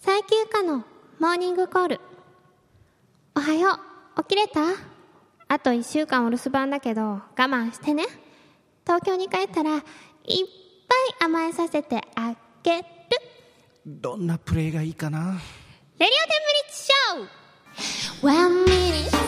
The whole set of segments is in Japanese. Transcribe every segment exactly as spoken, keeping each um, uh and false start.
最休暇のモーニングコール。おはよう、起きれた？あといっしゅうかんお留守番だけど我慢してね。東京に帰ったらいっぱい甘えさせてあげる。 どんなプレイがいいかな。 レディオテンミニッツショー。ワンミニッツ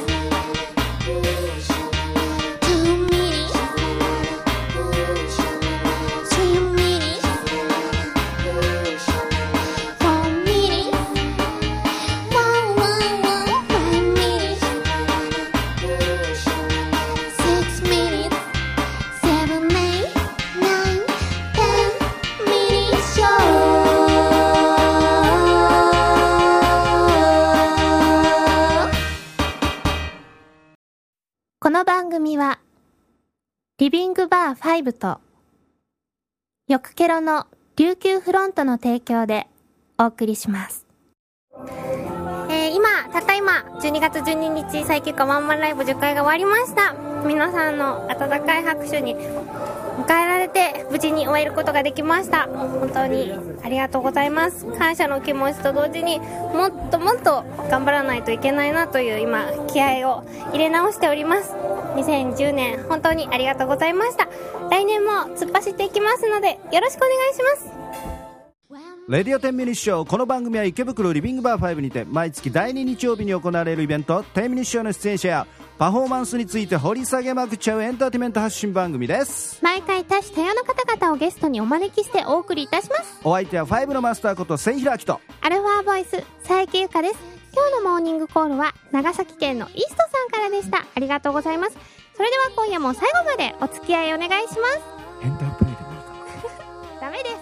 この番組はリビングバーファイブとよくケロの琉球フロントの提供でお送りします。えー、今たった今じゅうにがつじゅうににち最休暇ワンマンライブじゅっかいが終わりました。皆さんの温かい拍手に迎えられて無事に終えることができました。本当にありがとうございます。感謝の気持ちと同時にもっともっと頑張らないといけないなという今気合を入れ直しております。にせんじゅうねん本当にありがとうございました。来年も突っ走っていきますのでよろしくお願いします。 レディオテンミニッショー。この番組は池袋リビングバーファイブにて毎月だいに日曜日に行われるイベントテンミニッショーの出演者やパフォーマンスについて掘り下げまくっちゃうエンターテインメント発信番組です。 毎回多種多様な方々をゲストにお招きしてお送りいたします。 お相手はファイブのマスターこと千尋明とアルファボイス佐伯ゆかです。今日のモーニングコールは長崎県のイストさんからでした。ありがとうございます。それでは今夜も最後までお付き合いお願いします。 変態プレイでもいいかなダメです。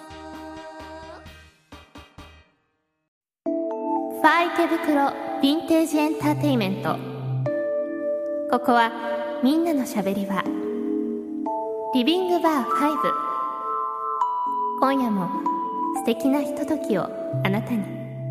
ファイ池袋ヴィンテージエンターテイメント。ここはみんなのしゃべり場リビングバーファイブ。今夜も素敵なひとときをあなたに。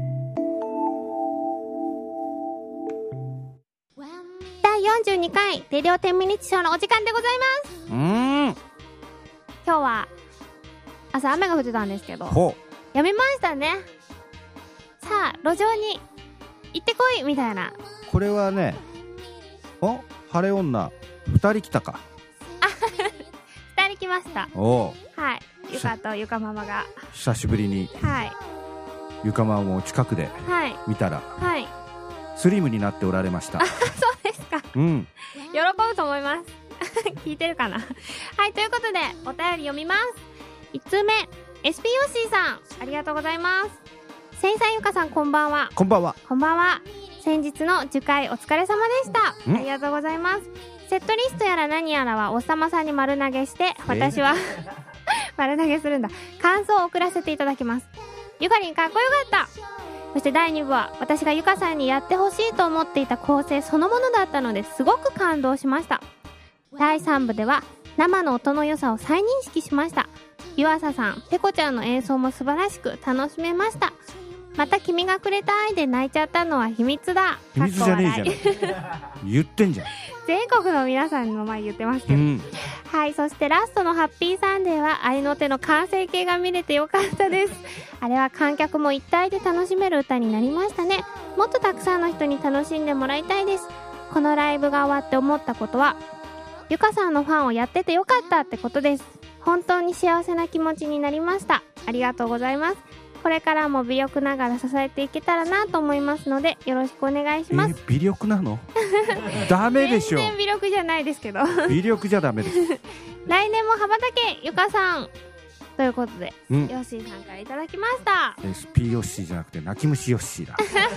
だいよんじゅうにかいレディオテンミニッツショーのお時間でございます。 うーん今日は朝雨が降ってたんですけどほうやみましたね。さあ路上に行ってこいみたいな。 これはね、お晴れ女ふたり来たか。 あふたり来ました。 おはい、ゆかとゆかママが久しぶりにはいゆかママを近くではい見たらはいスリムになっておられました。 そうですか。 うん喜ぶと思います聞いてるかなはい、ということでお便り読みます。いちつうめ エスピー ヨッシーさん、ありがとうございます。せいさんゆかさん、こんばんは。 こんばんは。 こんばんは。先日の受会お疲れ様でした。ありがとうございます。セットリストやら何やらはおっさまさんに丸投げして私は丸投げするんだ感想を送らせていただきます。ゆかりんかっこよかった。そしてだいに部は私がゆかさんにやってほしいと思っていた構成そのものだったのですごく感動しました。だいさん部では生の音の良さを再認識しました。湯浅さん、ペコちゃんの演奏も素晴らしく楽しめました。また君がくれた愛で泣いちゃったのは秘密だ。 秘密じゃねえじゃん言ってんじゃん。 全国の皆さんの前言ってますけど、うん、はい。そしてラストのハッピーサンデーは愛の手の完成形が見れてよかったですあれは観客も一体で楽しめる歌になりましたね。もっとたくさんの人に楽しんでもらいたいです。このライブが終わって思ったことはゆかさんのファンをやっててよかったってことです。本当に幸せな気持ちになりました。ありがとうございます。これからも微力ながら支えていけたらなと思いますのでよろしくお願いします。 えー、微力なのダメでしょ。 全然微力じゃないですけど微力じゃダメです来年も羽ばたけゆかさんということで、 うん、 ヨッシーさんからいただきました。 エスピー ヨッシーじゃなくて泣き虫ヨッシーだ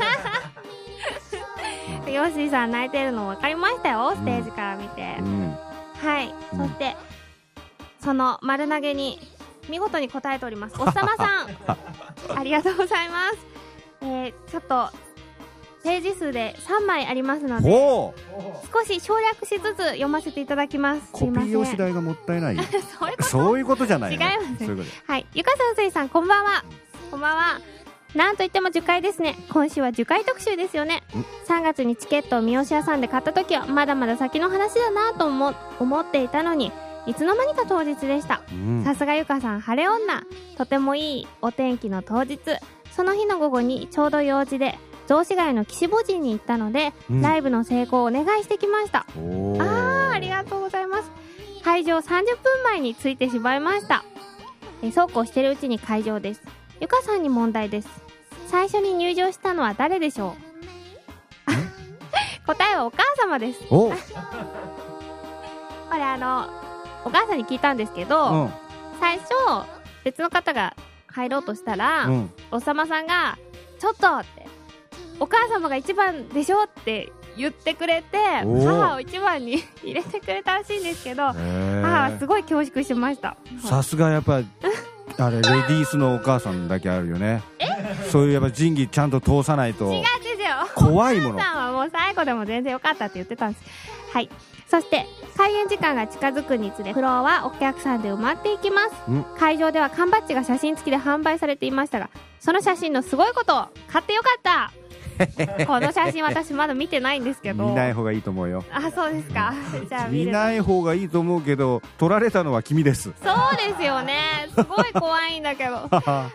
うん、ヨッシーさん泣いてるの分かりましたよ、ステージから見て、うん、はい、うん、そしてその丸投げに見事に答えておりますおっさまさんありがとうございます。えー、ちょっとページ数でさんまいありますので少し省略しつつ読ませていただきます。 コピー用紙代がもったいないそういうことそういうことじゃない、 ね、違います、 そういうこと。 はい、ゆかさんせいさんこんばんは。こんばんは。なんといっても受会ですね。今週は受会特集ですよね。さんがつにチケットを三好屋さんで買った時はまだまだ先の話だなと思思っていたのにいつの間にか当日でした。さすがゆかさん晴れ女。とてもいいお天気の当日その日の午後にちょうど用事で雑司ヶ谷の岸母神に行ったので、うん、ライブの成功をお願いしてきました。おあーありがとうございます。会場さんじゅっぷんまえに着いてしまいました。えそうこうしてるうちに会場です。ゆかさんに問題です。最初に入場したのは誰でしょう？答えはお母様です。おこれあのお母さんに聞いたんですけど、うん、最初別の方が入ろうとしたら、うん、おさまさんがちょっとってお母様が一番でしょって言ってくれて母を一番に入れてくれたらしいんですけど、母はすごい恐縮しました。 さすがやっぱあれレディースのお母さんだけあるよね。そういうやっぱ仁義ちゃんと通さないと。 違うんですよ。 怖いもの。 お母さんはもう最後でも全然よかったって言ってたんです。はい。そして開演時間が近づくにつれフロアはお客さんで埋まっていきます。会場では缶バッジが写真付きで販売されていましたが、その写真のすごいことを買ってよかったこの写真私まだ見てないんですけど。 見ない方がいいと思うよ。 あ、そうですか。じゃあ見ない方がいいと思うけど、撮られたのは君です。 そうですよね。すごい怖いんだけどはい。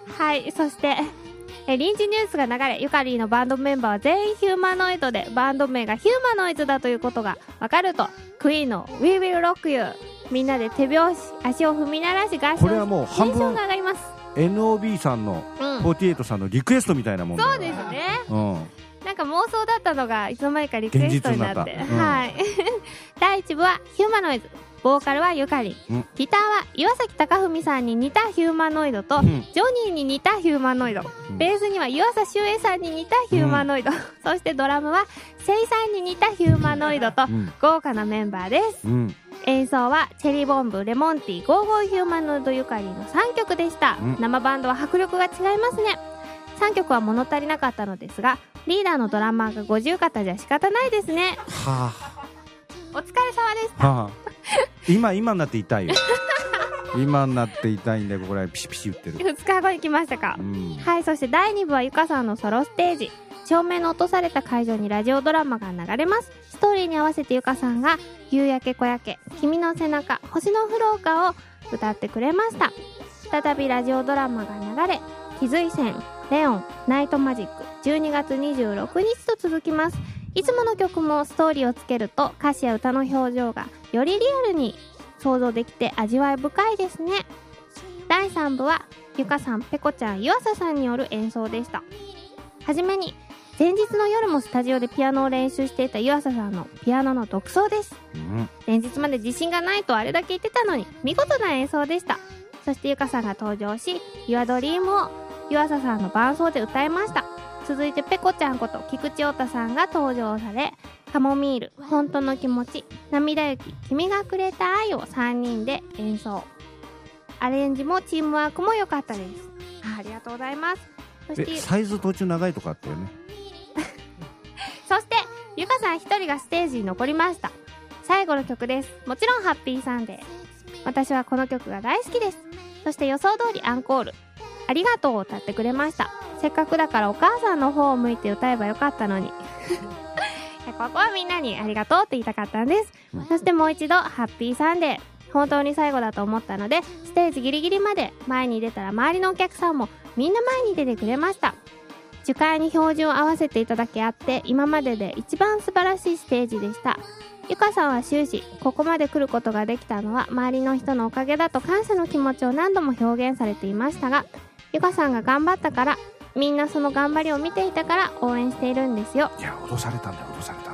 そしてえ臨時ニュースが流れ、ゆかりーのバンドメンバーは全員ヒューマノイドで、バンド名がヒューマノイズだということが分かると、クイーンの We Will Rock You みんなで手拍子、足を踏み鳴らし合唱し、 これはもう半分テンションが上がります。 エヌオービー さんの、うん、フォーティーエイトさんのリクエストみたいなもんだよ。 そうですね、うん、なんか妄想だったのがいつの間にかリクエストになって、うん、はいだいいち部はヒューマノイズ、ボーカルはゆかり、うん、ギターは岩崎貴文さんに似たヒューマノイドと、うん、ジョニーに似たヒューマノイド、うん、ベースには湯浅修英さんに似たヒューマノイド、うん、そしてドラムはセイさんに似たヒューマノイドと、うん、豪華なメンバーです、うん、演奏はチェリーボンブ、レモンティー、ゴーゴーヒューマノイドゆかりのさんきょくでした、うん、生バンドは迫力が違いますね。さんきょくは物足りなかったのですが、リーダーのドラマーが五十肩じゃ仕方ないですね。はあ、お疲れ様でした、はあ、 今今になって痛いよ今になって痛いんで、これピシピシ言ってる。 ふつかごに来ましたか、うん、はい。そしてだいに部はゆかさんのソロステージ、照明の落とされた会場にラジオドラマが流れます。ストーリーに合わせてゆかさんが夕焼け小焼け、君の背中、星のフローカーを歌ってくれました。再びラジオドラマが流れ、気づい線、レオン、ナイトマジック、じゅうにがつにじゅうろくにちと続きます。いつもの曲もストーリーをつけると歌詞や歌の表情がよりリアルに想像できて味わい深いですね。だいさん部はゆかさん、ぺこちゃん、湯浅さんによる演奏でした。はじめに前日の夜もスタジオでピアノを練習していた湯浅さんのピアノの独奏です、うん、前日まで自信がないとあれだけ言ってたのに見事な演奏でした。そしてゆかさんが登場し、Your Dreamを湯浅さんの伴奏で歌いました。続いてペコちゃんこと菊池太さんが登場され、カモミール、本当の気持ち、涙雪、君がくれた愛をさんにんで演奏。アレンジもチームワークも良かったです。 あ, ありがとうございます。そしてサイズ途中長いとかあったよねそしてゆかさん一人がステージに残りました。最後の曲です。もちろんハッピーサンデー。私はこの曲が大好きです。そして予想通りアンコール、ありがとうを歌ってくれました。せっかくだからお母さんの方を向いて歌えばよかったのにいや、ここはみんなにありがとうって言いたかったんです、うん、そしてもう一度ハッピーサンデー、本当に最後だと思ったのでステージギリギリまで前に出たら、周りのお客さんもみんな前に出てくれました。樹海に標準を合わせていただけあって、今までで一番素晴らしいステージでした。ゆかさんは終始ここまで来ることができたのは周りの人のおかげだと感謝の気持ちを何度も表現されていましたが、ゆかさんが頑張ったから、みんなその頑張りを見ていたから応援しているんですよ。 いや、脅されたんだよ、脅された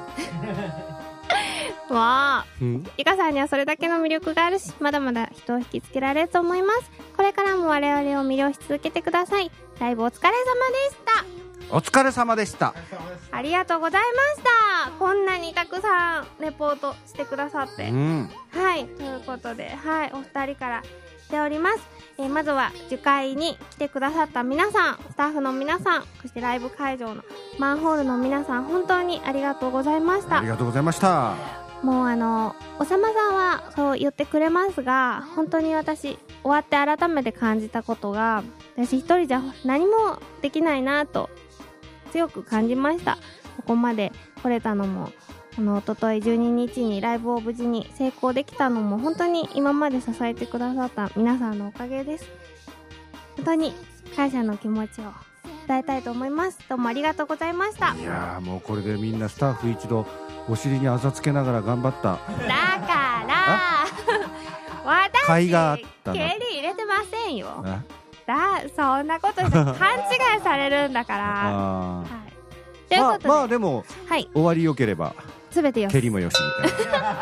わあ、うん、ゆかさんにはそれだけの魅力があるし、まだまだ人を引きつけられると思います。これからも我々を魅了し続けてください。ライブお疲れ様でした。 お疲れ様でした。 ありがとうございました。こんなにたくさんレポートしてくださって、うん、はい、ということで、はい、お二人からしております。えー、まずは樹海に来てくださった皆さん、スタッフの皆さん、そしてライブ会場のマンホールの皆さん、本当にありがとうございました。 ありがとうございました。 もうあのおさまさんはそう言ってくれますが、本当に私終わって改めて感じたことが、私一人じゃ何もできないなと強く感じました。ここまで来れたのも、この一昨日じゅうににちにライブを無事に成功できたのも、本当に今まで支えてくださった皆さんのおかげです。本当に感謝の気持ちを伝えたいと思います。どうもありがとうございました。 いやーもうこれでみんなスタッフ一同お尻にあざつけながら頑張った。 だから私甲斐があったの。 蹴り入れてませんよ。 あだそんなことしたら勘違いされるんだから。 あはい、ということで、 まあ、まあでも、はい、終わりよければすべてよし、 蹴りもよしみたいな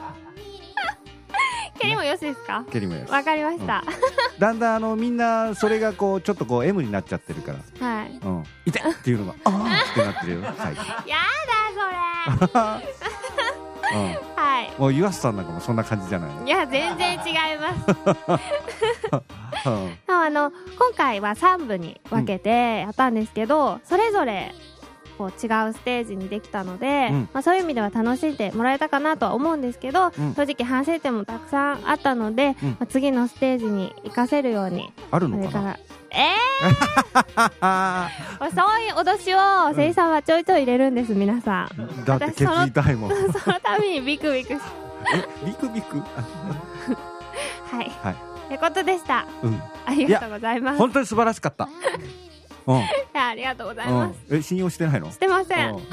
蹴りもよしですか？蹴りもよし。 わかりました、 うん、だんだんあのみんなそれがこうちょっとこう エム になっちゃってるから、はい、うん、痛いっていうのがあーってなってるよ最近。 やだそれうん、はい、 もう岩瀬さんなんかもそんな感じじゃないの？ いや全然違いますうん、あの今回はさんぶに分けてやったんですけど、うん、それぞれこう違うステージにできたので、うん、まあ、そういう意味では楽しんでもらえたかなとは思うんですけど、うん、正直反省点もたくさんあったので、うん、まあ、次のステージに活かせるようにあるのかな。 えー、そういう脅しを声優さんはちょいちょい入れるんです、皆さん。 だってケツ痛いもん。 その、そのためにビクビクしえビクビクはい、 はい、ということでした、うん、ありがとうございます。 本当に素晴らしかったうん、いやありがとうございます、 うん、え信用してないの？ してません。あ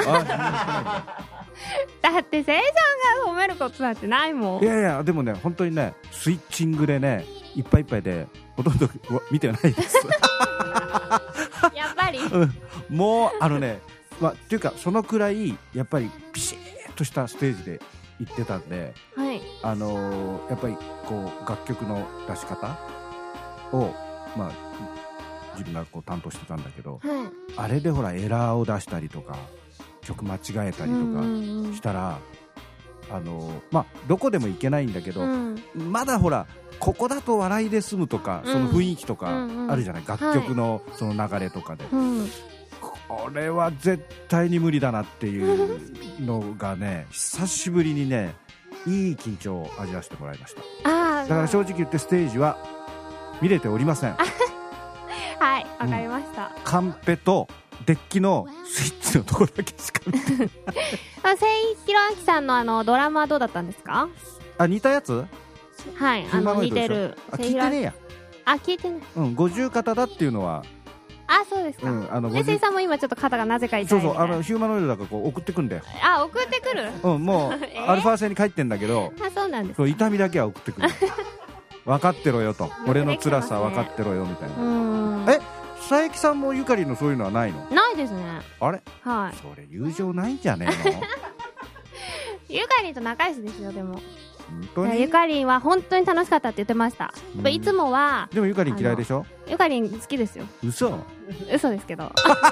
だって声優さんが褒めることなんてないもん。 いやいやでもね本当にねスイッチングでねいっぱいいっぱいでほとんど見てないですやっぱり、 うん、もうあのね、まあ、っていうかそのくらいやっぱりピシッとしたステージで行ってたんで、はい、あのー、やっぱりこう楽曲の出し方をまあ自分がこう担当してたんだけど、はい、あれでほらエラーを出したりとか曲間違えたりとかしたら、あのー、まあどこでもいけないんだけど、うん、まだほらここだと笑いで済むとか、うん、その雰囲気とかあるじゃない、うんうん、楽曲のその流れとかで、はい、これは絶対に無理だなっていうのがね久しぶりにねいい緊張を味わわせてもらいました。あだから正直言ってステージは見れておりませんはいわかりました、 うん、カンペとデッキのスイッチのところだけしか見てないせいひろあきさんのあのドラマはどうだったんですか？ あ似たやつはいあの似てる。 あ聞いてねえや。 あ聞いてない。 うん五十肩だっていうのはあそうですか。うんあのねせいさんも今ちょっと肩がなぜか痛いみたいな。 そうそうあのヒューマノイドだからこう送ってくんだよ。 あ送ってくる。 うんもう、えー、アルファ製に帰ってんだけど。 あそうなんです、 そう痛みだけは送ってくる分かってろよと、俺の辛さ分かってろよみたいな。うんえ佐伯さんもゆかりのそういうのはないの？ ないですね。 あれはいそれ友情ないんじゃねえのゆかりんと仲良しですよ。でもゆかりんは本当に楽しかったって言ってました。やっぱいつもはでもゆかりん嫌いでしょ？ ゆかりん好きですよ。 嘘嘘ですけど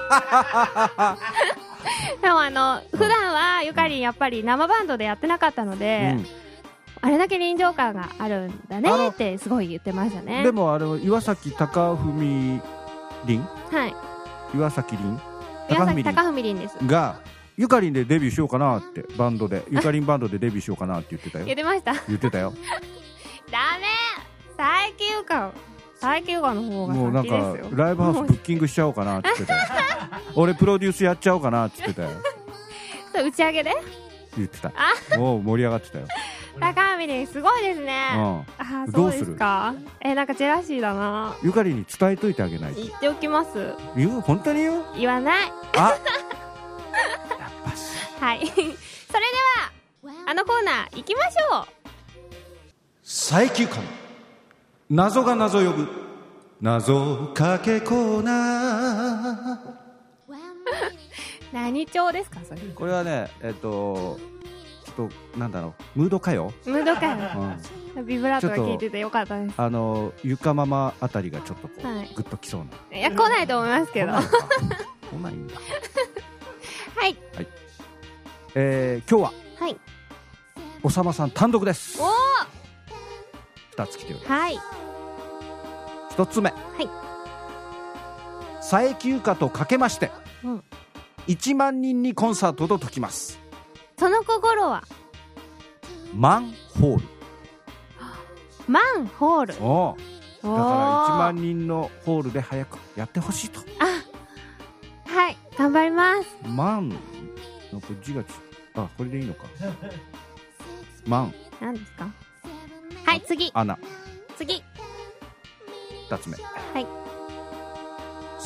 でもあの普段はゆかりんやっぱり生バンドでやってなかったので、うん、あれだけ臨場感があるんだねってすごい言ってましたね。 でもあれ岩崎貴文凛はい岩崎凛岩崎貴文凛ですがゆかりんでデビューしようかなってバンドでゆかりんバンドでデビューしようかなって言ってたよ。 言ってました。 言ってたよダメ最近ゆか最近ゆかの方が先ですよ。もうなんかライブハウスブッキングしちゃおうかなって言ってたよ俺プロデュースやっちゃおうかなって言ってたよ打ち上げで言ってた。もう盛り上がってたよ高見りすごいですね、うん、あそうですか。えなんかジェラシーだな。 ゆかりに伝えといてあげないと。 言っておきます。 言う本当に言う？ 言わないあやっぱしはいそれではあのコーナー行きましょう。 最休館謎が謎呼ぶ謎かけコーナー何調ですかそれ？ これはねえっとちょっとなんだろうムード歌謡ムード歌謡、うん、ビブラートが効いててよかったです。 あのゆかママあたりがちょっとこう、はい、グッときそうな。 いや来ないと思いますけど来ないんだはい、はいえー、今日は、はい、おさまさん単独です。 おーふたつ来ております。 はいひとつめ、はい、佐伯ゆかとかけまして、うん、いちまんにんにコンサートと解きます。 その心はマンホール。 マンホール。 おだからいちまんにんのホールで早くやってほしいと。 あはい頑張ります。 マンの字があこれでいいのかマン何ですか。はい次アナ次ふたつめ、 はい、 佐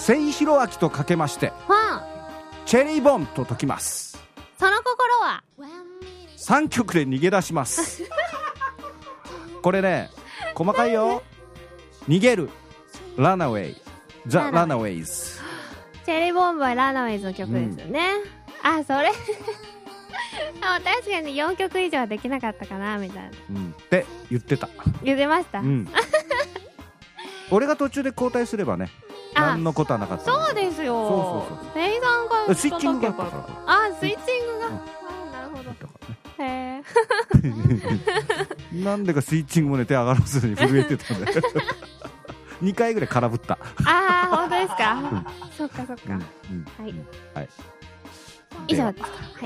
末広明とかけましてはあ、 チェリーボンと解きます。 その心はさんきょくで逃げ出しますこれね細かいよ。逃げる、ランナウェイ、ザ・ランナウェイズ。 チェリーボンバーランナウェイズの曲ですよね、うん、あ、それあ、確かによんきょく以上はできなかったかなみたいな、 うん、って言ってた。 言ってました、うん、 俺が途中で交代すればね何のことはなかった。 そうですよ。 そうそうそう、 レイさんがスイッチングがあったから。 あ、スイッチングが、うん、あ、なるほど、へえなんでかスイッチングもね手上がらずに震えてたんでにかいぐらい空振った。 ああ、本当ですか、うん、そっかそっか、うんうん、はい、はい、以上ですか。はい、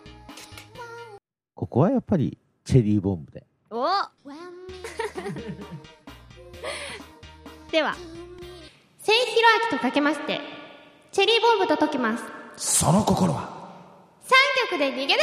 ここはやっぱりチェリーボンブで。 おでは末広明とかけましてチェリーボンブと解きます。 その心はさんきょくで逃げ出し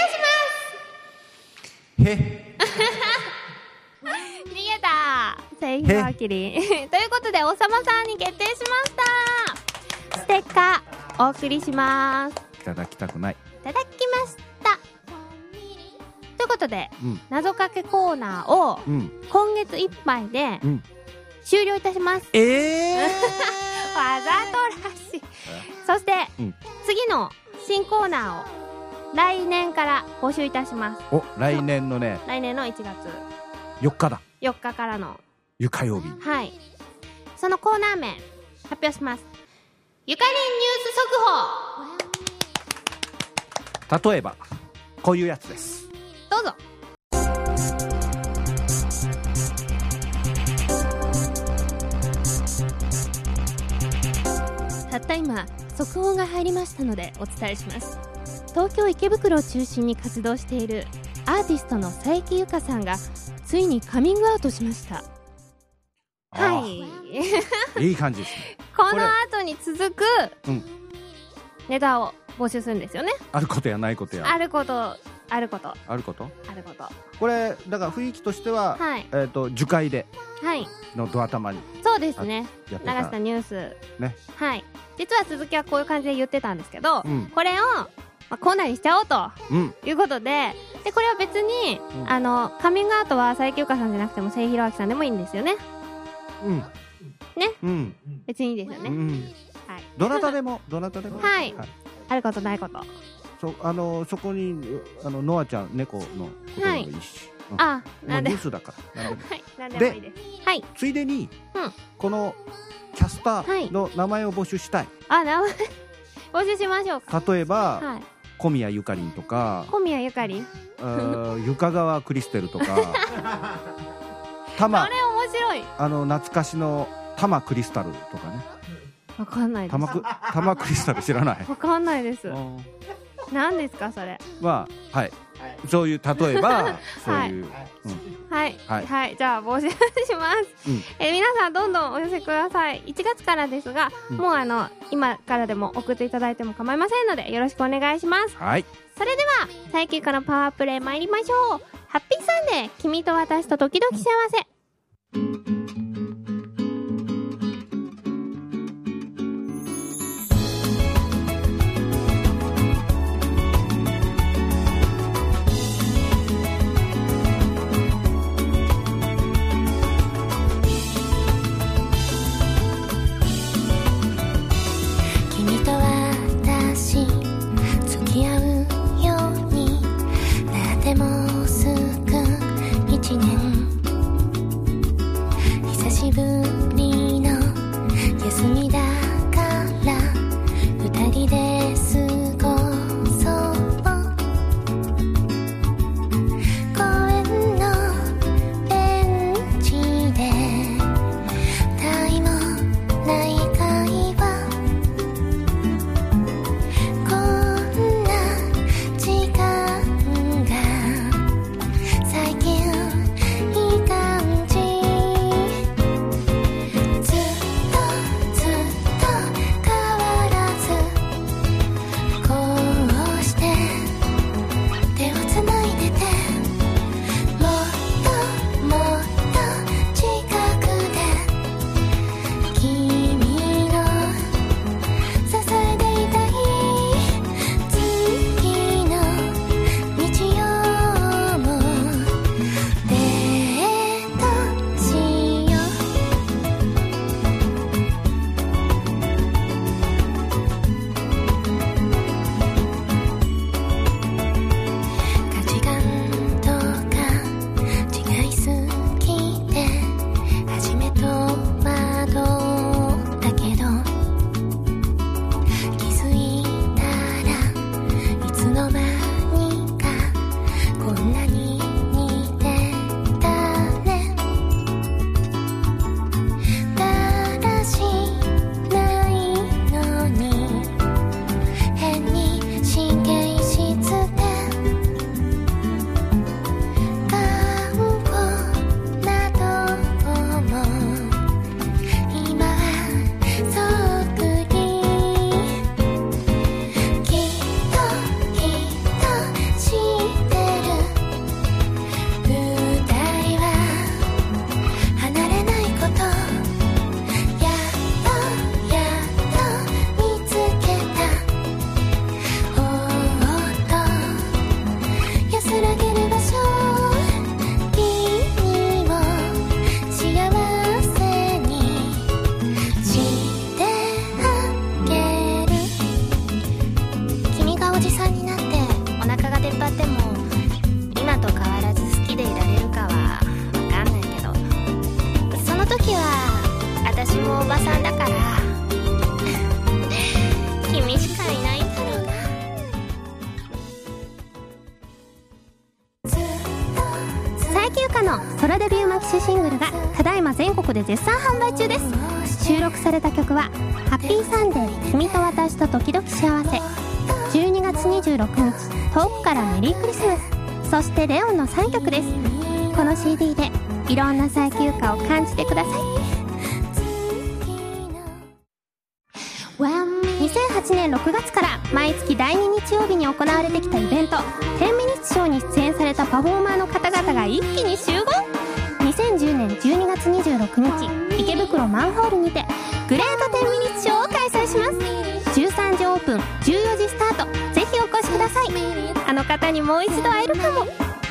ます。へ逃げた末広明ということでおさまさんに決定しました。ステッカーお送りします。 いただきたくない。いただきました。ということで、うん、謎かけコーナーを、うん、今月いっぱいで、うん、終了いたします。 えー、 わざとらしい。そして、うん、次の新コーナーを来年から募集いたします。 お、来年のね、 来年のいちがつよっかだ。 よっかからのゆか曜日。 はい。そのコーナー名発表します。ゆかりんニュース速報。 例えばこういうやつです。 どうぞ。たった今速報が入りましたのでお伝えします。東京池袋を中心に活動しているアーティストの佐伯ゆかさんがついにカミングアウトしました。はいいい感じですね。 この後に続くネタを募集するんですよね。 あることやないことや。 あることあることあることあること。 これだから雰囲気としては、はい、えーと樹海でのドア玉に、 そうですね、流したニュース、ね、はい。実は続きはこういう感じで言ってたんですけど、うん、これを、まあ、コーナーにしちゃおうと、うん、いうことで、でこれは別に、うん、あのカミングアウトは佐伯ゆかさんじゃなくても末広明さんでもいいんですよね。うんね、うん、別にいいですよね、うん、はい、 どなたでもどなたでもはい、はい、あることないこと、 そあのそこにあのノアちゃん猫のことでもいいし、 はい、あ、なんでニュースだからはい、 なんでもいいです。はい、 ついでに、うん、このキャスターの名前を募集したい。 あ、名前募集しましょうか。 例えば、はい、小宮ゆかりんとか、 小宮ゆかりん、 ゆかがわクリステルとかたま、 あれ面白い、 あの懐かしのタマクリスタルとかね。 わかんないです。 タマク、タマクリスタル知らない？ わかんないです。何ですかそれ。 まあ、はい、そういう例えばそういう、 はい、はい、はい、じゃあ募集します、うん、え皆さんどんどんお寄せください。いちがつからですが、うん、もうあの今からでも送っていただいても構いませんのでよろしくお願いします。 はい。 それでは最近からパワープレイ参りましょう。ハッピーサンデー、君と私と時々幸せ。 私もおばさんだから君しかいないんだろうな。最休暇のソロデビューマキシシングルがただいま全国で絶賛販売中です。収録された曲はハッピーサンデー君と私と時々幸せ、じゅうにがつにじゅうろくにち遠くからメリークリスマス、そしてレオンのさんきょくです。この シーディー でいろんな最休暇を感じてください。にせんはちねんろくがつから毎月だいに日曜日に行われてきたイベントじゅうミニッツショーに出演されたパフォーマーの方々が一気に集合。にせんじゅうねんじゅうにがつにじゅうろくにち池袋マンホールにてグレートじゅうミニッツショーを開催します。じゅうさんじオープン、じゅうよじスタート、ぜひお越しください。あの方にもう一度会えるかも。はい、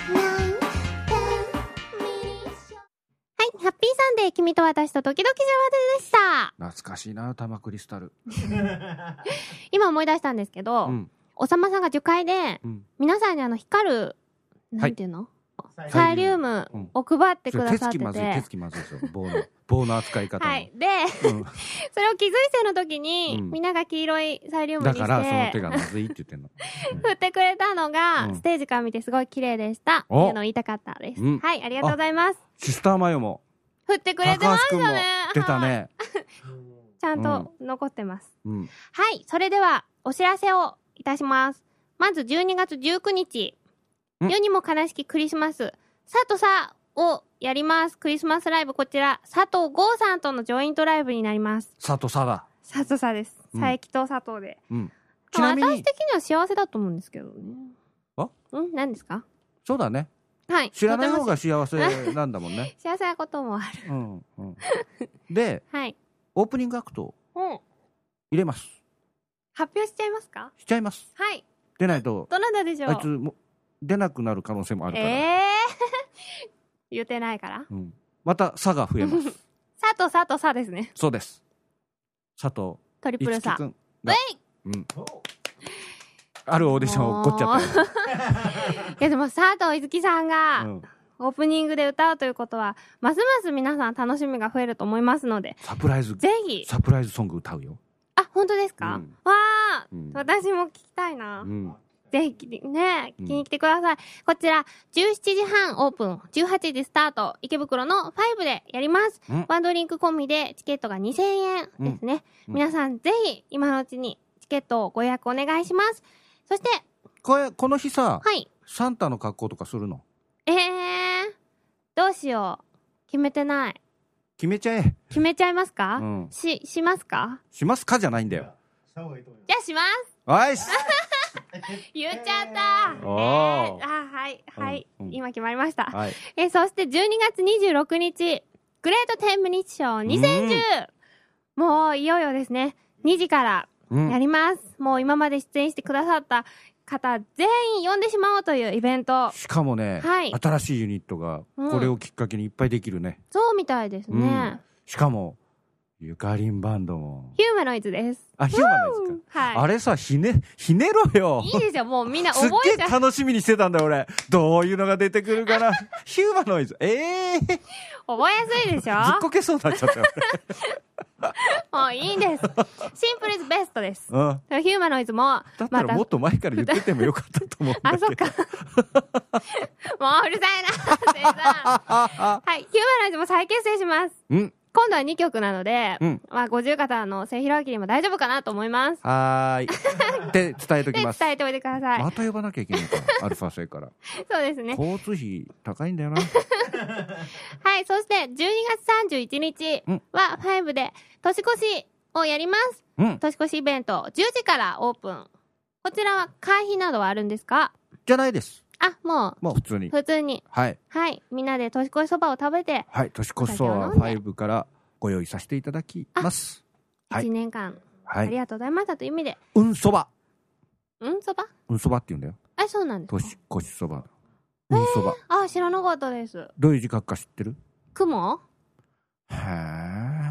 ハッピーサンデー君と私と時々幸せでした。 懐かしいな、玉クリスタル。 今思い出したんですけど、うん、おさまさんが樹海で、うん、皆さんにあの光るなんていうの、はい、サイリウムを配ってくださってて、うん、手つきまずい手つきまずいですよ、棒の棒の扱い方はいで、うん、それを気づい生の時に、うん、みんなが黄色いサイリウムにしてだからその手がまずいって言ってんの、 うん、振ってくれたのが、うん、ステージから見てすごい綺麗でしたっていうのを言いたかったです、うん、はい、ありがとうございます。 シスターマヨも振ってくれてましたね。 出たねちゃんと残ってます、 うん、 はい、それではお知らせをいたします。まずじゅうにがつじゅうくにち、世にも悲しきクリスマスさとさをやります。クリスマスライブ、こちら佐藤剛さんとのジョイントライブになります。 佐藤さだ佐藤さです、うん、佐伯と佐藤で、 うん、ちなみに私的には幸せだと思うんですけどね。 あうん何ですか。 そうだね、 はい、 知らない方が幸せなんだもんね幸せなこともある、 うんうん、で、はい、オープニングアクト入れます、うん、 発表しちゃいますか。 しちゃいます。 はい、 出ないとどなたでしょう。 あいつも出なくなる可能性もあるから。 えー、言ってないから、 うん、また差が増えます。 佐藤佐藤さですね。 そうです、佐藤トリプルさんが、うん、あるオーディションを起こっちゃったいやでも佐藤いつきさんが、うん、オープニングで歌うということはますます皆さん楽しみが増えると思いますので、 サプライズぜひサプライズソング歌うよ。 あ、本当ですか、うん、わあ、うん、私も聞きたいな、 うん、 ぜひね聞きに来てください、うん、こちらじゅうしちじはんオープン、じゅうはちじスタート、池袋のファイブでやります、うん、ワンドリンク込みでチケットがにせんえんですね、うん、皆さんぜひ今のうちにチケットをご予約お願いします。そしてこれこの日さ、 はい、 サンタの格好とかするの？ えー、どうしよう、決めてない。 決めちゃえ。 決めちゃいますか、 うん、 し, しますかしますかじゃないんだよ。 じゃあしますおいし言っちゃった、えー、あはいはい、うんうん、今決まりました、はい、えそしてじゅうにがつにじゅうろくにちグレートじゅうミニッツショーにせんじゅう、うん、もういよいよですね、にじからやります、うん、もう今まで出演してくださった方全員呼んでしまおうというイベント。しかもね、はい、新しいユニットがこれをきっかけにいっぱいできるね、 うん、そうみたいですね、うん、 しかもゆかりんバンドもヒューマノイズです。 あ、ヒューマノイズか、はい、あれさひねひねろよ。 いいですよ、もうみんな覚えちゃう。 すっげえ楽しみにしてたんだ俺、どういうのが出てくるかなヒューマノイズ、ええー、覚えやすいでしょ。ずっこけそうになっちゃったよもういいんです。シンプルイズベストです、うん、ヒューマノイズもだったらもっと前から言っててもよかったと思うんだけど。あ、そっかもううるさいなはい、ヒューマノイズも再結成します。 うん今度はにきょくなので、うん、まあ五十肩の末広明にも大丈夫かなと思います。 はーいって伝えときます。 伝えておいてください。 また呼ばなきゃいけないかアルファ製からそうですね、 交通費高いんだよなはい、そしてじゅうにがつさんじゅういちにちはファイブで年越しをやります、うん、年越しイベントじゅうじからオープン。こちらは会費などはあるんですか？ じゃないです。 あ、もうもう普通に普通にはいはい、みんなで年越しそばを食べて、 はい、年越しそばはファイブからご用意させていただきます。 いちねんかん、はい、ありがとうございましたという意味で、 うんそばうんそばうんそばって言うんだよ。 あ、そうなんですか。 年越しそばうんそば。 あ、知らなかったです。 どういう字書くか知ってる？ 雲？ へー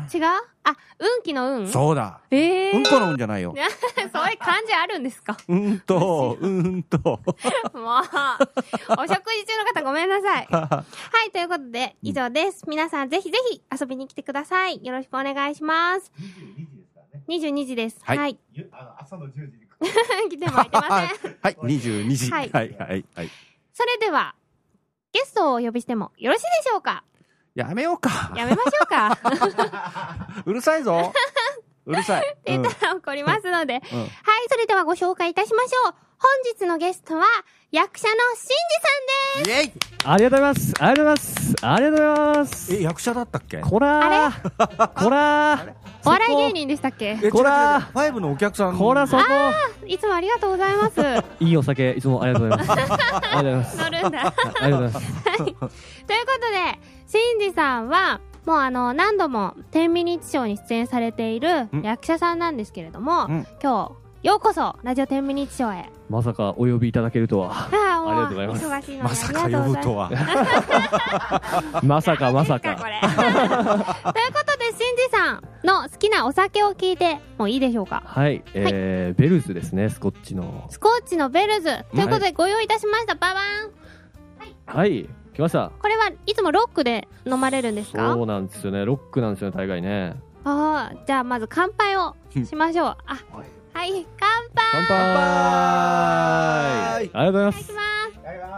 違う？あ、運気の運？ そうだ。 えー、 うんこの運じゃないよ。 そういう漢字あるんですか？ うんと、うんと。 もう、お食事中の方ごめんなさい。はい、ということで、以上です。皆さんぜひぜひ遊びに来てください。よろしくお願いします。にじゅうにじです。はい。はい、 あの朝のじゅうじに来てもらってません。 はい、にじゅうにじ。はい、はい、はい。 それでは、ゲストをお呼びしてもよろしいでしょうか？ やめようか。 やめましょうか。 うるさいぞ。うるさい。 って言ったら怒りますので、 うんうん、 はい、それではご紹介いたしましょう。本日のゲストは役者のしんじさんです。 イエイ。 ありがとうございます。ありがとうございます。ありがとうございます。 え、役者だったっけ？ こらー。こらー。 お笑い芸人でしたっけ？ え、こらー。ファイブのお客さん。 こらそこ。 いつもありがとうございます。 いいお酒、いつもありがとうございます。ありがとうございます。 乗るんだ。 ありがとうございます。 はい。ということで、しんじさんは、もうあの、何度も天秤日賞に出演されている役者さんなんですけれども、うん、今日、ようこそ、ラジオ天秤日賞へ。 まさかお呼びいただけるとは。 ああ、ありがとうございます。忙しいのにまさか呼ぶとは。 まさかまさか。 これということで、しんじさんの好きなお酒を聞いてもいいでしょうか？ はい、えーはい、ベルズですね、スコッチの。 スコッチのベルズ。ということで、ご用意いたしました。ババーン。 はい。はい、来ました。 これはいつもロックで飲まれるんですか？ そうなんですよね。ロックなんですよね、大概ね。 ああ、じゃあまず乾杯をしましょう。あ、はい、乾杯。 乾杯。ありがとうございます。 いただきます。 いただきます。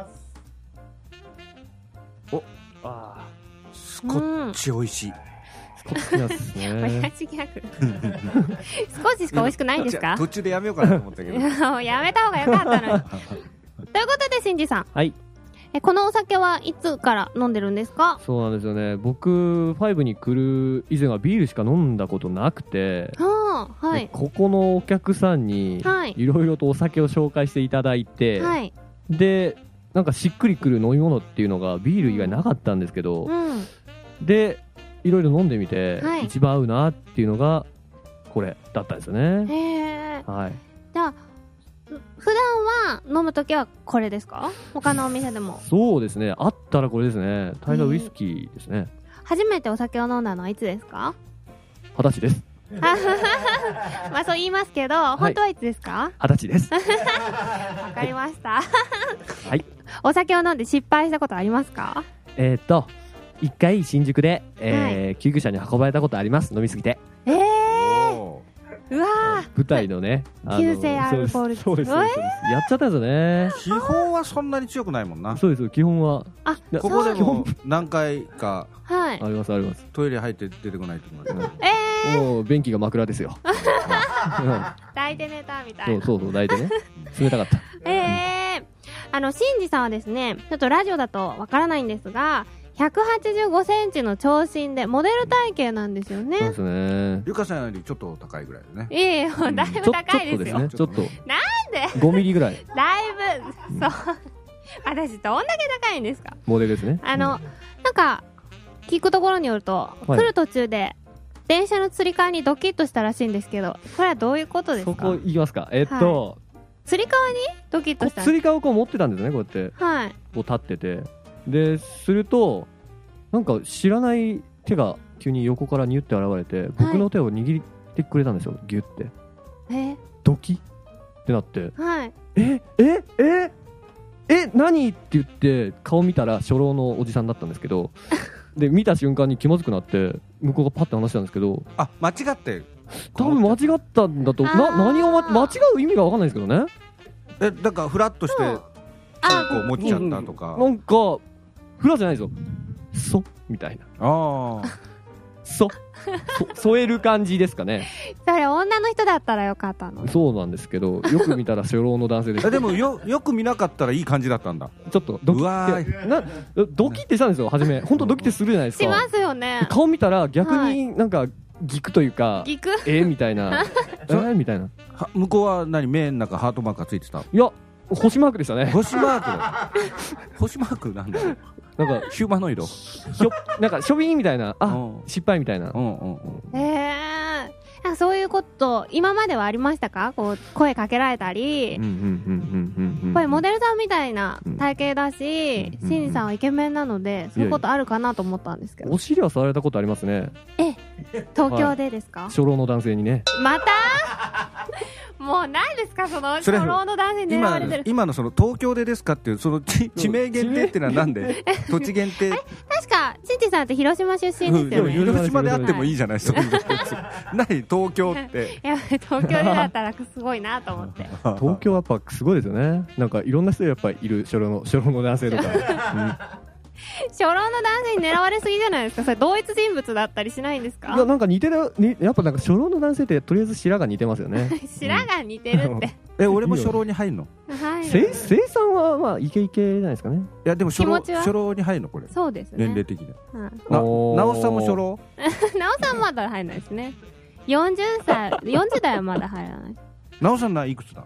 お、あー、スコッチ美味しい。 スコッチなんですね。 親父ギャグ。スコッチしか美味しくないんですか？ 途中でやめようかなと思ったけど。 やめた方がよかったのに。ということで、しんじさん。 はい。 え、このお酒はいつから飲んでるんですか？ そうなんですよね。僕、ファイブに来る以前はビールしか飲んだことなくて、 はあ、はい。 ここのお客さんに、いろいろとお酒を紹介していただいて、はい、で、なんかしっくりくる飲み物っていうのがビール以外なかったんですけど、うん、で、いろいろ飲んでみて、はい、一番合うなっていうのが、これだったんですよね。 へー。 はい。 じゃあ、普段は飲むときはこれですか？他のお店でも。 そうですね。あったらこれですね。大概ウイスキーですね。 初めてお酒を飲んだのはいつですか？ 二十歳です。 まあそう言いますけど、はい、本当はいつですか？ 二十歳です。わかりました。 はい。 お酒を飲んで失敗したことありますか？ えー、っと、一回新宿で、えーはい、救急車に運ばれたことあります。飲みすぎて。 えーうわー、 舞台のね、 急性アルコール。 そうです、そうです、やっちゃったんですよね。 基本はそんなに強くないもんな。 そうです、基本は。 あ、 ここでも何回かはい、 ありますあります。 トイレ入って出てこないと思います。 えー、 もう便器が枕ですよ。 抱いて寝たみたいな。 そうそうそう、抱いてね。冷たかった。 えー、あのしんじさんはですね、ちょっとラジオだとわからないんですが、ひゃくはちじゅうごセンチの長身でモデル体型なんですよね。 そうですね。 ゆかさんよりちょっと高いぐらいでね。 いえいえ、だいぶ高いですよ。 ちょっとですね、ちょっと。 なんでごミリぐらい。 だいぶ、そう。私どんだけ高いんですか？ モデルですね。 あの、うん、なんか、聞くところによると、はい、来る途中で、電車のつり革にドキッとしたらしいんですけど、これはどういうことですか？ そこ言いますか。えっと、はい、 つり革にドキッとしたんですか？ つり革をこう持ってたんですね、こうやって。 はい。 こう立ってて。で、すると、なんか知らない手が急に横からニュって現れて、僕の手を握ってくれたんですよ、はい、ギュって。 えドキってなって、 はい、 ええええ何って言って顔見たら初老のおじさんだったんですけどで見た瞬間に気まずくなって向こうがパッて話したんですけど、 あ、間違って多分間違ったんだと、な何を、ま、間違う意味が分かんないですけどね。 え、だからフラッとしてこう持っちゃったとか、 うん、なんかフラじゃないですよ、そみたいな。 ああ。 そ、そ、添える感じですかね。 それ女の人だったらよかったの。 そうなんですけど、よく見たら初老の男性でした。 でもよ、よく見なかったらいい感じだったんだ。 ちょっとドキってな、ドキってしたんですよ、初め。本当ドキってするじゃないですか。 しますよね。 顔見たら逆になんかギクというか、 ギクえーみたいな、えーみたいな。 向こうは何、目の中ハートマークがついてた？ いや、星マークでしたね。 星マークだ。星マークなんだろう。 なんかヒューマノイド。 ひょ、なんかしょびーみたいな、あ、失敗みたいな。 うんうんうん。 ええー、そういうこと今まではありましたか？こう声かけられたり、 ぱりモデルさんみたいな体型だし、うん、シンジさんはイケメンなので、うん、そういうことあるかなと思ったんですけど。 お尻は触られたことありますね。 え、東京でですか？ はい、初老の男性にね。 またもう何ですかその初老の男性に狙われてる。 今、今のその東京でですかっていうその地名限定っていうのはなんで土地限定？ 確かシンジさんって広島出身ですよね。 広島であってもいいじゃないですか。何東京って。 いや東京でだったらすごいなと思って。 東京はやっぱすごいですよね。なんかいろんな人やっぱいる初老の初老の男性とか。うん初老の男性に狙われすぎじゃないですか。それ同一人物だったりしないんですか？ いやなんか似てるにやっぱなんか初老の男性ってとりあえず白が似てますよね。 白が似てるって。 え俺も初老に入るの？ はい。 生さんはまあイケイケじゃないですかね。 いやでも初老初老に入るのこれ。 そうですね。 年齢的に。 うん、 ななおさんも初老？ なおさんまだ入らないですね。よんじゅっさいよんじゅう代はまだ入らない。 なおさんないくつだ？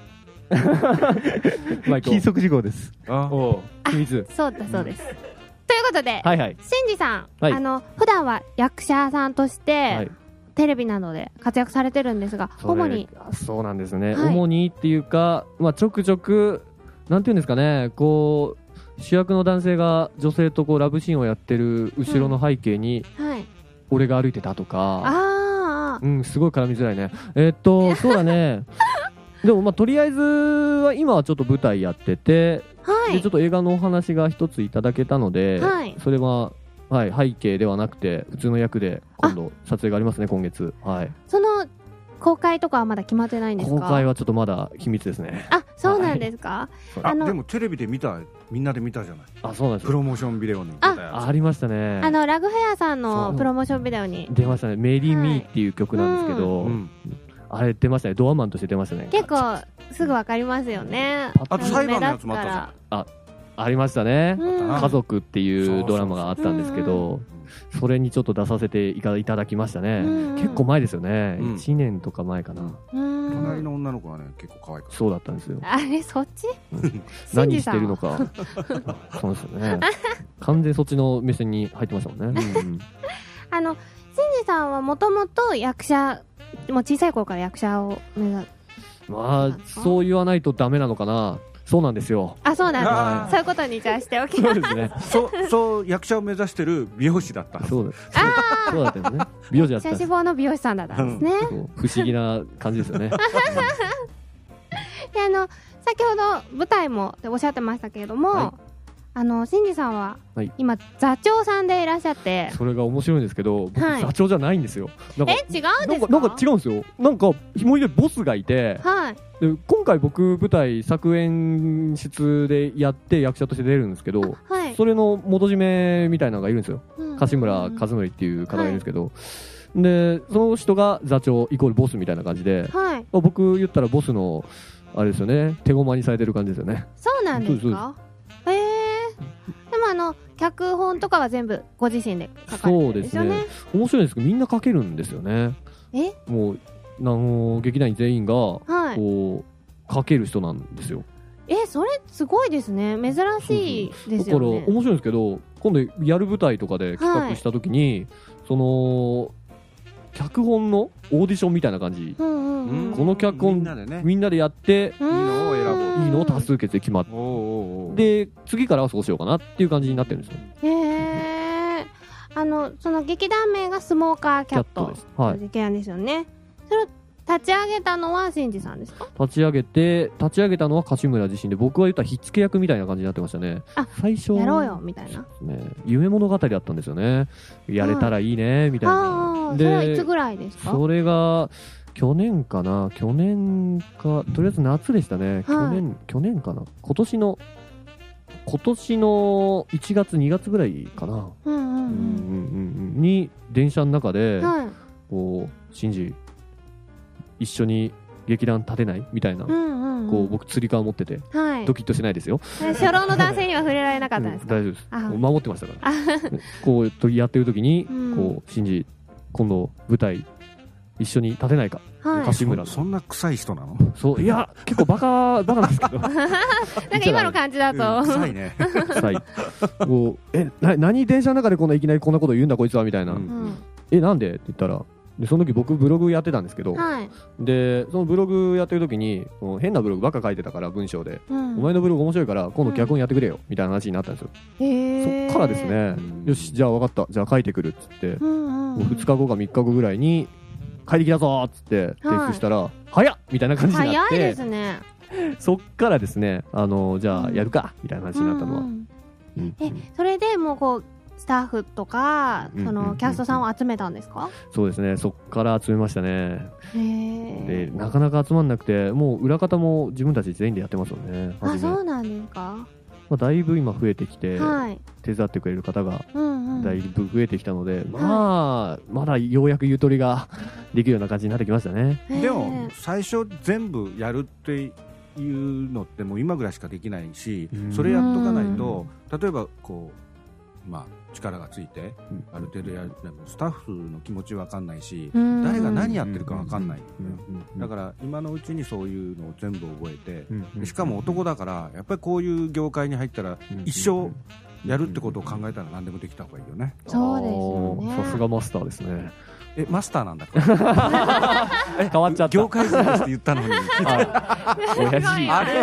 禁則事項です。 あお秘密。 そうだそうです。ということで、 はいはい、 シンジさん、 はい、 あの普段は役者さんとして、はい、テレビなどで活躍されてるんですが、主にそうなんですね、 はい、 主にっていうか、まあ、ちょくちょくなんていうんですかね、こう主役の男性が女性とこうラブシーンをやってる後ろの背景に、うんはい、俺が歩いてたとか、 あ、 うん、すごい絡みづらいね。えー、っとそうだねでもまあとりあえずは今はちょっと舞台やってて、はい、でちょっと映画のお話が一ついただけたので、はい、それは、はい、背景ではなくて普通の役で今度撮影がありますね今月、はい、 その公開とかはまだ決まってないんですか？ 公開はちょっとまだ秘密ですね。 あ、そうなんですか？はい、 あのでもテレビで見たみんなで見たじゃない。 あ、そうなんです。 プロモーションビデオに出たやつ。 あ、ありましたね。 あのラグフェアさんのプロモーションビデオに出ましたね。メリーミーっていう曲なんですけど、はいうん、あれ出ましたね。ドアマンとして出ましたね。 結構すぐわかりますよね。 あと裁判のやつもあったじゃん。 あ、ありましたね、うん、家族っていうドラマがあったんですけど、それにちょっと出させていただきましたね、うん、結構前ですよね、うん、いちねんとか前かな、 うん、隣の女の子はね結構可愛かった。 そうだったんですよ。 あれそっち、 うん、何してるのかそうですよね完全そっちの目線に入ってましたもんね、うん、 あのシンジさんはもともと役者もう小さい頃から役者を目指す。 まあそう言わないとダメなのかな。そうなんですよ。 あ、そうなんです。そういうことにじゃあしておきます。 そうですね。 そうそう役者を目指してる美容師だった。 そうです。あそうだったんですね。美容師だった。 シャシフォーの美容師さんだったんですね。 うん、不思議な感じですよね。 であの先ほど舞台もおっしゃってましたけれども、はい、あのシンジさんは、はい、今座長さんでいらっしゃって、 それが面白いんですけど、僕、はい、座長じゃないんですよ。 なんかえ違うんですか？ なんか違うんですよ。なんかひもいでボスがいて。 はい。 で今回僕舞台作演出でやって役者として出るんですけど、はい、それの元締めみたいなのがいるんですよ、うん、柏村和則っていう方がいるんですけど、はい、でその人が座長イコールボスみたいな感じで、はい、僕言ったらボスのあれですよね、手駒にされてる感じですよね。 そうなんですか？へえー、でもあの脚本とかは全部ご自身で書かれてるんですよね。そうですね、面白いんですけどみんな書けるんですよね。 えもうあの劇団員全員がこう、はい、書ける人なんですよ。 えそれすごいですね。珍しいですよね。 だから面白いんですけど、今度やる舞台とかで企画した時に、はい、その脚本のオーディションみたいな感じ、うんうんうん、この脚本みんなで、ね、みんなでやっていいのを選ぶ、いいのを多数決で決まって、で次からはそうしようかなっていう感じになってるんですよ。 へー、あのその劇団名がスモーカーキャットの劇団ですよね。それを立ち上げたのはシンジさんですか？ 立ち上げて立ち上げたのは柏村自身で、僕は言ったらひっつけ役みたいな感じになってましたね。 あ、最初やろうよみたいな、 ね、夢物語だったんですよね。やれたらいいねみたいな。 でそれはいつぐらいですか？ それが去年かな、去年か、とりあえず夏でしたね。去年去年かな、今年の今年のいちがつにがつぐらいかな、うんうんうんうん、に電車の中で、はい、こうシンジ一緒に劇団立てないみたいな、うんうんうん、こう僕つり革持ってて、はい、ドキッとしないですよ。 初老の男性には触れられなかったんですか？ うん、大丈夫です。守ってましたからこうやってる時に、うん、こうシンジ今度舞台一緒に立てないか、はい、柏村そ, そんな臭い人なの？ そういや結構バカバカなんですけどなんか今の感じだと、 うん、臭いね臭いこうえな何電車の中でこんないきなりこんなこと言うんだこいつはみたいな、うん、えなんでって言ったらでその時僕ブログやってたんですけど、 はい、 でそのブログやってる時に変なブログばっか書いてたから文章で、うん、お前のブログ面白いから今度脚本やってくれよ、うん、みたいな話になったんですよ。へそっからですね、よしじゃあ分かったじゃあ書いてくるっつって、うんうんうん、もうふつかごかみっかごぐらいに書いてきたぞっつって提出したら、はい、早っみたいな感じになって、 早いですね。 そっからですねあのじゃあやるか、うん、みたいな話になったのは、うんうん、えそれでもうこうスタッフとかそのキャストさんを集めたんですか？ そうですね、そっから集めましたね。へでなかなか集まんなくて、もう裏方も自分たち全員でやってますよね。 あ、そうなんですか。 まあ、だいぶ今増えてきて、はい、手伝ってくれる方がだいぶ増えてきたので、うんうん、まあ、はい、まだようやくゆとりができるような感じになってきましたね。 でも最初全部やるっていうのってもう今ぐらいしかできないし、それやっとかないと、例えばこうまあ力がついてある程度やる、スタッフの気持ち分かんないし、誰が何やってるか分かんない、だから今のうちにそういうのを全部覚えて、しかも男だからやっぱりこういう業界に入ったら一生やるってことを考えたら何でもできた方がいいよね。 そうですよね。 さすがマスターですね。 えマスターなんだっけ変わっちゃった。 業界人として言ったのに親父あれ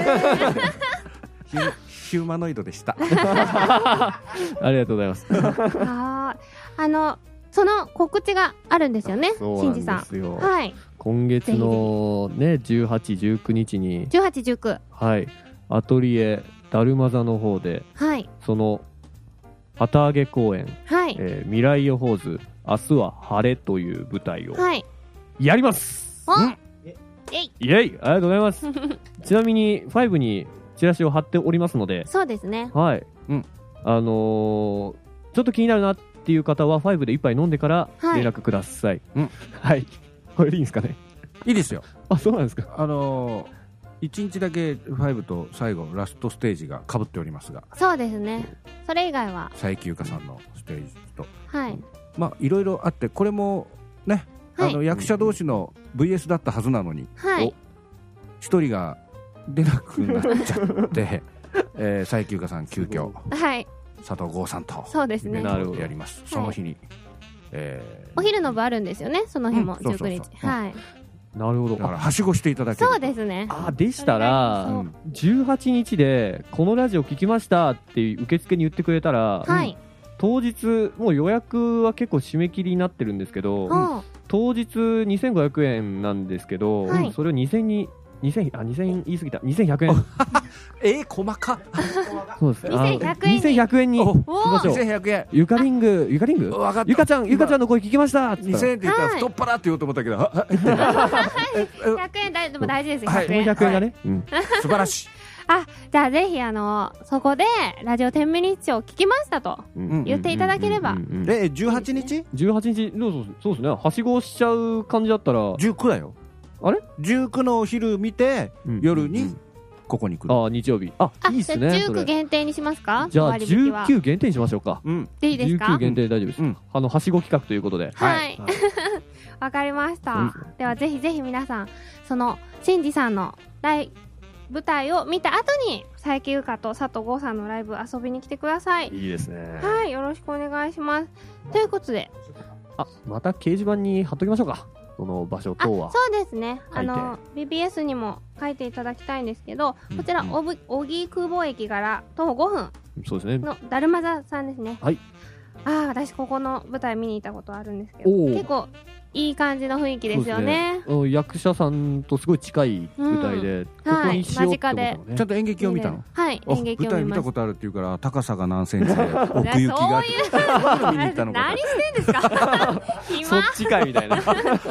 ヒューマノイドでしたありがとうございますああのその告知があるんですよね、しんじさん。はい、 今月の、ね、じゅうはち、じゅうくにちにじゅうはち、じゅうく、 はい、アトリエだるま座の方で、はい、その旗揚げ公演、はいえー、未来予報図明日は晴れという舞台をやります、はい、イエイありがとうございますちなみにごにチラシを貼っておりますので、 そうですね、 はい、うん、あのー、ちょっと気になるなっていう方はごで一杯飲んでから連絡ください、はい、うん、はい、これでいいんですかね。 いいですよ。 あ、そうなんですか。 あのー、いちにちだけごと最後ラストステージが被っておりますが、 そうですね、それ以外は佐伯ゆかさんのステージと、はい、まあいろいろあって、これもね、はい、あの役者同士の ブイエス だったはずなのに、はい、一人が出なくなっちゃって、えー、佐伯ゆかさん急遽、はい、佐藤剛さんとそうですね、 やります。その日に、はい、えー、お昼の部あるんですよね、その日も、うん、じゅうくにち、はい、 なるほど。 だからはしごしていただける。 そうですね。 あでしたらじゅうはちにちでこのラジオ聞きましたって受付に言ってくれたら、はい、当日もう予約は結構締め切りになってるんですけど、うん、当日にせんごひゃくえんなんですけど、はい、それをにせんににせんあにせん言い過ぎたにせんひゃくえんえー、細かそうですにせんひゃくえんににせんひゃくえんにしましょう。 にせんひゃくえんゆかりんぐゆかりんぐゆかちゃんゆかちゃんの声聞きましたにせんえんって言ったら太っ腹って言おうと思ったけど、はい、 ひゃくえんだでも大事ですよ、ひゃくえん、 ひゃくえんがね、 はい、うん、素晴らしいあ、じゃあぜひあのそこでラジオ天秤日を聞きましたと言っていただければ。 えじゅうはちにちじゅうはちにちそうそうですね、はしごしちゃう感じだったらじゅうくだよ。あれじゅうくのお昼見て、うん、夜にここに来る。 あ日曜日。あいいっすね。 じゅうく限定にしますか。 じゃあじゅうきゅう限定にしましょうか。 うん、でいいですか。 じゅうきゅう限定大丈夫です、うん、あのはしご企画ということで。 はいわかりました。ではぜひぜひ皆さんそのしんじさんのライ舞台を見た後に佐伯ゆかと佐藤剛さんのライブ遊びに来てください。 いいですね。 はい、よろしくお願いします。ということで、 あまた掲示板に貼っときましょうか、その場所等は。 そうですね、あの ビービーエス にも書いていただきたいんですけど、こちら、うんうん、荻窪駅から徒歩ごふんのだるま座さんですね。はい。ああ、私ここの舞台見に行ったことあるんですけど、結構いい感じの雰囲気ですよね。 ね、役者さんとすごい近い舞台で、うん、ここにしようってことね、はい、 ちゃんと演劇を見たの。 はい、演劇を見ました。 舞台見たことあるっていうから、高さが何センチで奥行きがそういう見に行ったのか。 何してんですかそっちかいみたいなそう違います。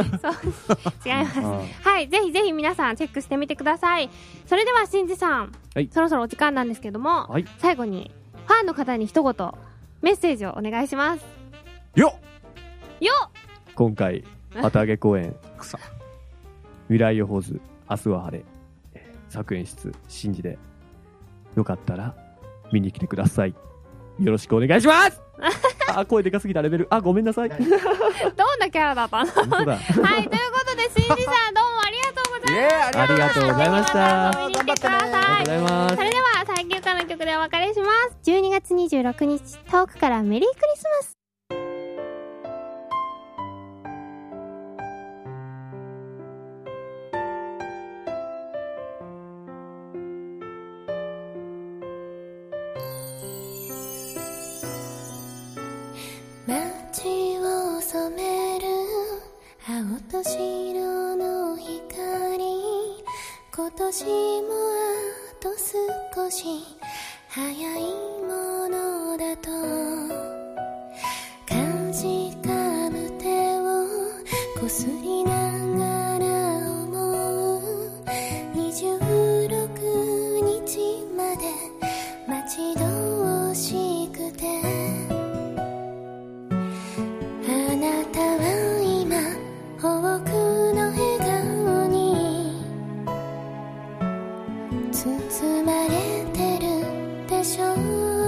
はい、ぜひぜひ皆さんチェックしてみてください。それではしんじさん、はい、そろそろお時間なんですけども、はい、最後にファンの方に一言メッセージをお願いします。 よっよっ今回旗揚げ公演未来予報図明日は晴れ作演出新次でよかったら見に来てください。よろしくお願いしますあ声でかすぎたレベル、あごめんなさいどんなキャラだったのはい、ということで新次さんどうもありがとうございました。 ありがとうございました。 見に来てください。ありがとうございます。それでは佐伯ゆかの曲でお別れします。じゅうにがつにじゅうろくにち遠くからメリークリスマス。 今年もあと少し早いものだとかじかむ手をこすりながら思うにじゅうろくにちまで待ち遠しくてあなたは今多くの笑顔に包まれてるでしょう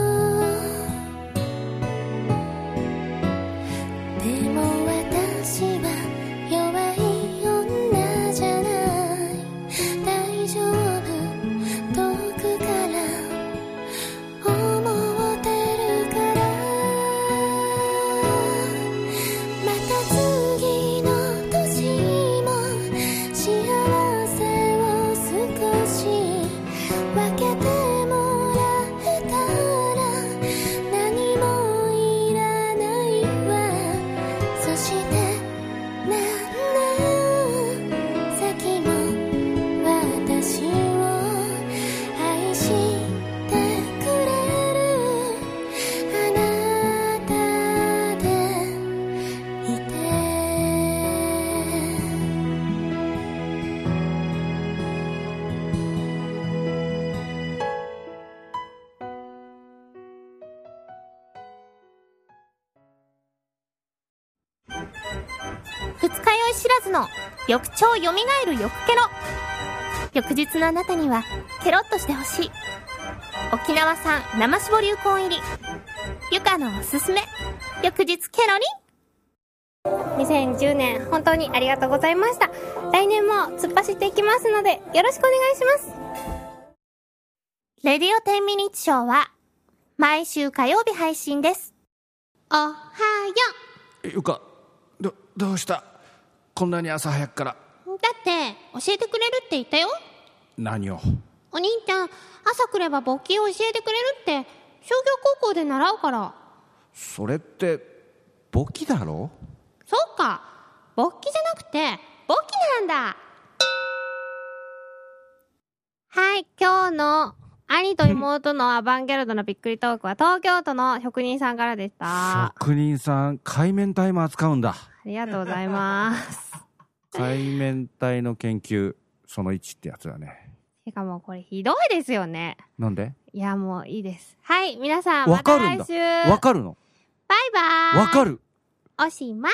でも私は弱い女じゃない大丈夫遠くから思ってるからまた次の年も幸せを少し分けてもらえたら何もいらないわそしてなんだ先も私を愛してくれるあなたでいて二日酔い知らずの翌朝よみがえる翌ケロ翌日のあなたにはケロッとしてほしい沖縄産生搾りうこん入りゆかのおすすめ翌日ケロリンにせんじゅうねん本当にありがとうございました来年も突っ走っていきますのでよろしくお願いしますレディオじゅうミニッツショーは毎週火曜日配信ですおはようゆか、ど、どうした？こんなに朝早くから。 だって教えてくれるって言ったよ何を？ お兄ちゃん朝来れば簿記を教えてくれるって商業高校で習うからそれって簿記だろ？ そうか簿記じゃなくて簿記なんだはい今日の兄と妹のアバンギャルドのびっくりトークは東京都の職人さんからでした職人さん海綿体も扱うんだありがとうございます海綿体の研究そのいちってやつだねしかもこれひどいですよねなんで？ いやもういいですはい皆さんまた来週わかるの？ バイバーイわかるおしまい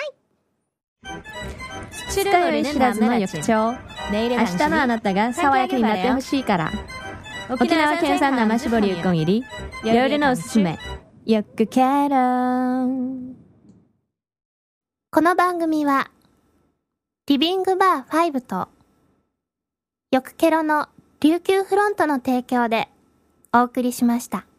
二日酔い知らずの翌朝明日のあなたが爽やかになってほしいから沖縄県産生搾りうこん入り夜のおすすめよくケロこの番組はリビングバーごとよくケロの琉球フロントの提供でお送りしました。